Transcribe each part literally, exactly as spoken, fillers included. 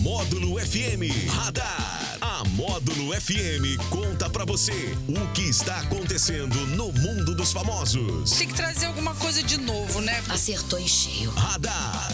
Módulo F M Radar. A Módulo F M conta pra você o que está acontecendo no mundo dos famosos. Tem que trazer alguma coisa de novo, né? Acertou em cheio. Radar.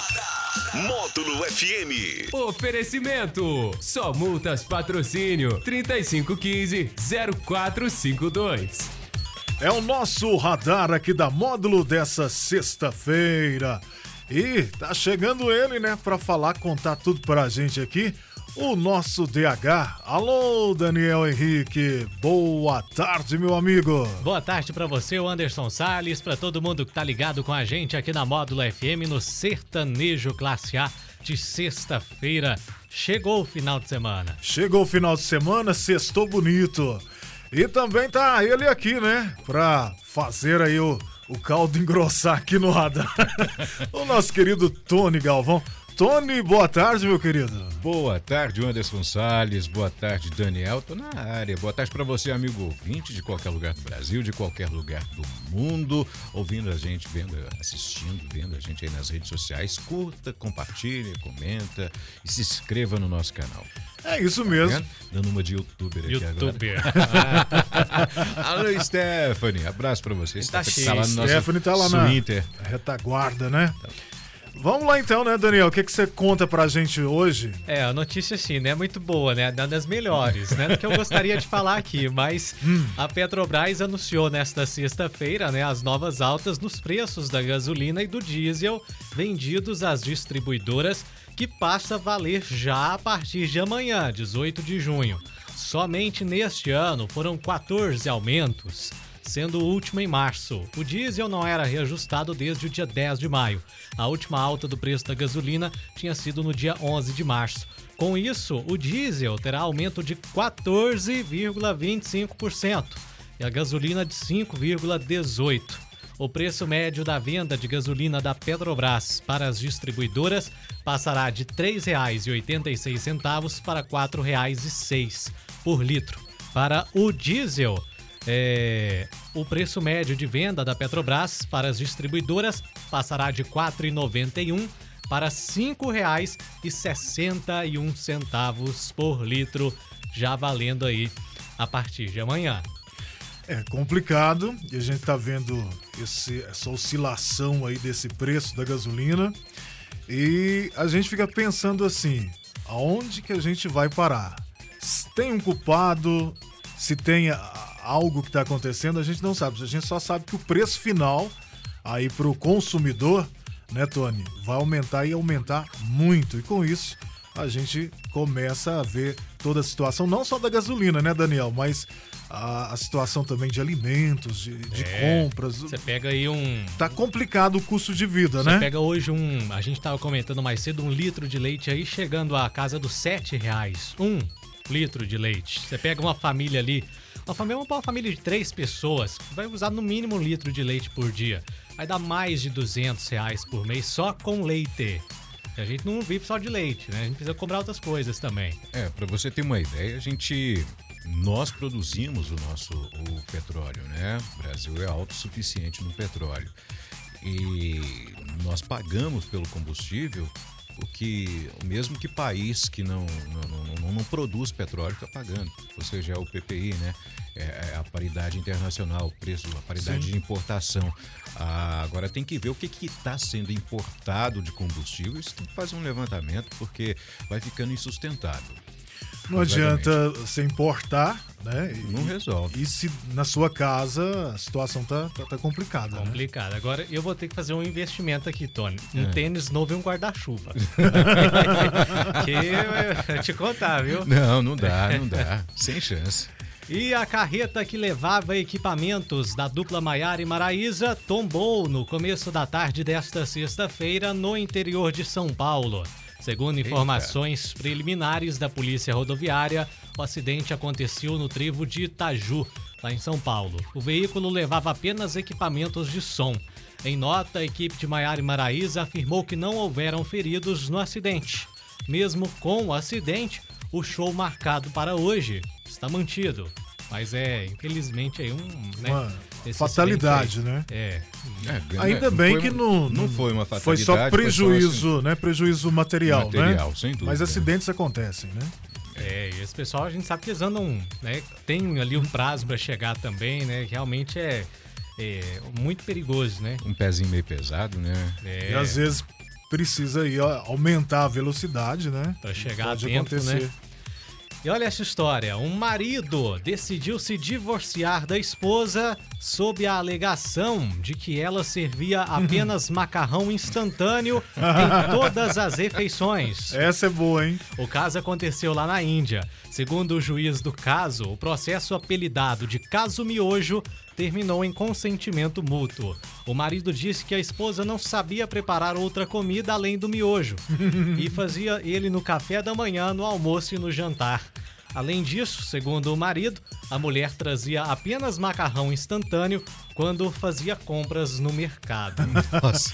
Módulo F M. Oferecimento. Só Multas Patrocínio trinta e cinco quinze, zero quatro cinco dois. É o nosso radar aqui da Módulo dessa sexta-feira. E tá chegando ele, né, pra falar, contar tudo pra gente aqui, o nosso D H. Alô, Daniel Henrique. Boa tarde, meu amigo. Boa tarde pra você, o Anderson Salles, pra todo mundo que tá ligado com a gente aqui na Módulo F M no Sertanejo Classe A de sexta-feira. Chegou o final de semana. Chegou o final de semana, sextou bonito. E também tá ele aqui, né, pra fazer aí o, o caldo engrossar aqui no radar. O nosso querido Tony Galvão. Tony, boa tarde, meu querido. Boa tarde, Anderson Salles. Boa tarde, Daniel. Tô na área. Boa tarde pra você, amigo ouvinte de qualquer lugar do Brasil, de qualquer lugar do mundo, ouvindo a gente, vendo, assistindo, vendo a gente aí nas redes sociais. Curta, compartilha, comenta e se inscreva no nosso canal. É isso mesmo. Tá dando uma de youtuber aqui YouTuber. agora. Alô, Stephanie. Abraço pra você. Tá Stephanie cheio. tá lá no nosso Stephanie tá lá Twitter. na retaguarda, né? Vamos lá então, né, Daniel? O que, que você conta pra gente hoje? É, a notícia assim, né, muito boa, né, uma das melhores, né, do que eu gostaria de falar aqui, mas hum. a Petrobras anunciou nesta sexta-feira, né, as novas altas nos preços da gasolina e do diesel vendidos às distribuidoras, que passa a valer já a partir de amanhã, dezoito de junho. Somente neste ano foram quatorze aumentos, sendo o último em março. O diesel não era reajustado desde o dia dez de maio. A última alta do preço da gasolina tinha sido no dia onze de março. Com isso, o diesel terá aumento de quatorze vírgula vinte e cinco por cento e a gasolina de cinco vírgula dezoito por cento. O preço médio da venda de gasolina da Petrobras para as distribuidoras passará de três reais e oitenta e seis centavos para quatro reais e seis centavos por litro. Para o diesel, É, o preço médio de venda da Petrobras para as distribuidoras passará de quatro reais e noventa e um centavos para cinco reais e sessenta e um centavos por litro, já valendo aí a partir de amanhã. É complicado e a gente tá vendo esse, essa oscilação aí desse preço da gasolina e a gente fica pensando assim, aonde que a gente vai parar? Se tem um culpado, se tem algo que está acontecendo, a gente não sabe. A gente só sabe que o preço final aí para o consumidor, né, Tony, vai aumentar e aumentar muito. E com isso, a gente começa a ver toda a situação, não só da gasolina, né, Daniel, mas a, a situação também de alimentos, de, de é, compras. Você pega aí um... Tá complicado o custo de vida, Você né? Você pega hoje um... A gente estava comentando mais cedo, um litro de leite aí chegando à casa dos sete reais. Um litro de leite. Você pega uma família ali, uma família, uma família de três pessoas, vai usar no mínimo um litro de leite por dia. Vai dar mais de duzentos reais por mês só com leite. A gente não vive só de leite, né? A gente precisa comprar outras coisas também. É, para você ter uma ideia, a gente... Nós produzimos o nosso o petróleo, né? O Brasil é autossuficiente no petróleo. E nós pagamos pelo combustível o que, mesmo que país que não, não, não, não produz petróleo está pagando, ou seja, é o P P I, né? É a paridade internacional, o preço, a paridade Sim. de importação. Ah, agora tem que ver o que está sendo importado de combustível, isso tem que fazer um levantamento, porque vai ficando insustentável. Não adianta você importar, né? E, não resolve. E se na sua casa a situação tá, tá, tá complicada, Complicada. Né? Agora eu vou ter que fazer um investimento aqui, Tony. Um é. tênis novo e um guarda-chuva. Que eu te contar, viu? Não, não dá, não dá. Sem chance. E a carreta que levava equipamentos da dupla Maiara e Maraísa tombou no começo da tarde desta sexta-feira no interior de São Paulo. Segundo informações Eita. preliminares da Polícia Rodoviária, o acidente aconteceu no trevo de Itaju, lá em São Paulo. O veículo levava apenas equipamentos de som. Em nota, a equipe de Maiara e Maraísa afirmou que não houveram feridos no acidente. Mesmo com o acidente, o show marcado para hoje está mantido. Mas é, infelizmente, aí um. Né, Uma esse fatalidade, acidente aí. né? É. É, Ainda não bem foi que uma- não, não foi uma fatalidade. Foi só prejuízo, foi só, né? Prejuízo material, material, né? sem dúvida. Mas acidentes acontecem, né? É, e esse pessoal a gente sabe que eles andam, né? Tem ali um prazo pra chegar também, né? Realmente é, é muito perigoso, né? um pezinho meio pesado, né? É, E às vezes precisa aí ó, aumentar a velocidade, né? pra chegar Pode a tempo, acontecer. né? E olha essa história, um marido decidiu se divorciar da esposa sob a alegação de que ela servia apenas macarrão instantâneo em todas as refeições. Essa é boa, hein? O caso aconteceu lá na Índia. Segundo o juiz do caso, o processo apelidado de caso miojo terminou em consentimento mútuo. O marido disse que a esposa não sabia preparar outra comida além do miojo e fazia ele no café da manhã, no almoço e no jantar. Além disso, segundo o marido, a mulher trazia apenas macarrão instantâneo quando fazia compras no mercado. Nossa.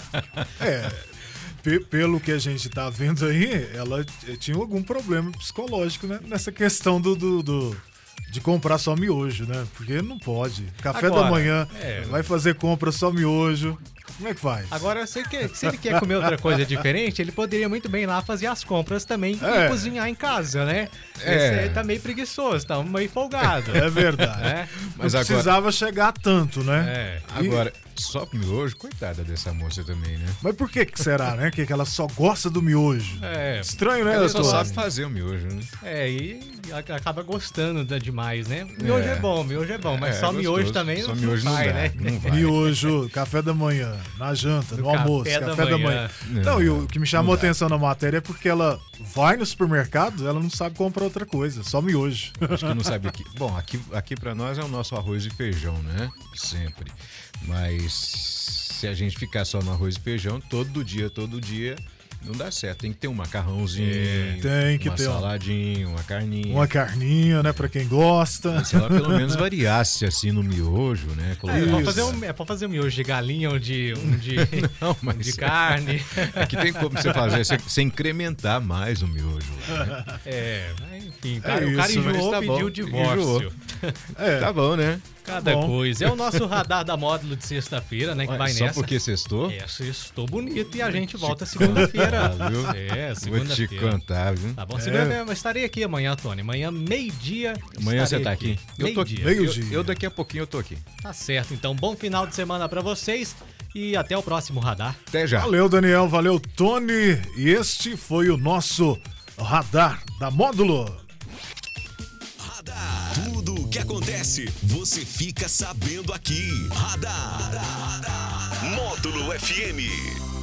É, pe- pelo que a gente tá vendo aí, ela t- tinha algum problema psicológico, né? Nessa questão do, do, do- de comprar só miojo, né? Porque não pode. Café Agora, da manhã, é. vai fazer compra só miojo. Como é que faz? Agora, se ele, quer, se ele quer comer outra coisa diferente, ele poderia muito bem ir lá fazer as compras também É. e cozinhar em casa, né? É. Esse aí tá meio preguiçoso, tá meio folgado. É verdade. É. Mas não agora- precisava chegar tanto, né? É. Agora, só miojo, coitada dessa moça também, né? Mas por que que será, né? Que, que ela só gosta do miojo? É, Estranho, né, Ela só doutor? sabe fazer o miojo, né? é, e a- acaba gostando da- demais, né? Miojo é, É. bom, miojo é bom, mas É, só é miojo gostoso. também Só não, miojo não vai, dá, né? não vai. Miojo, café da manhã, na janta, no, No almoço, café café, da da manhã. manhã. Não, e o que me chamou Não a dá. atenção na matéria é porque ela vai no supermercado, ela não sabe comprar outra coisa, só miojo. Acho que não sabe aqui. Bom, aqui, aqui para nós é o nosso arroz e feijão, né? Sempre. Mas se a gente ficar só no arroz e feijão, todo dia, todo dia, não dá certo. Tem que ter um macarrãozinho, tem que uma ter um- saladinha, uma carninha. Uma carninha, né, pra quem gosta. Se ela pelo menos variasse assim no miojo, né? É, Colocar- pode fazer um, é pra fazer um miojo de galinha ou de, um de, Não, mas de carne. Aqui tem como você fazer, você, você incrementar mais o miojo. Né? É, mas enfim, cara, É o cara isso, enjoou, mas tá pediu bom, o divórcio. enjoou. É, Tá bom, né? Cada bom. coisa. É o nosso radar da módulo de sexta-feira, né? Que vai Só nessa. porque sextou? É, sextou bonito e a gente volta segunda-feira. contar, viu? É, Vou te segunda-feira. cantar, viu? Tá bom, segunda-feira, mas estarei aqui amanhã, Tony. Amanhã, meio-dia. Amanhã você estarei tá aqui. Eu tô aqui. Meio-dia. Meio-dia. Eu, eu daqui a pouquinho eu tô aqui. Tá certo, então. Bom final de semana pra vocês e até o próximo radar. Até já. valeu, Daniel, valeu, Tony. E este foi o nosso radar da Módulo. Radar. Tudo o que acontece, você fica sabendo aqui. Radar. Módulo F M.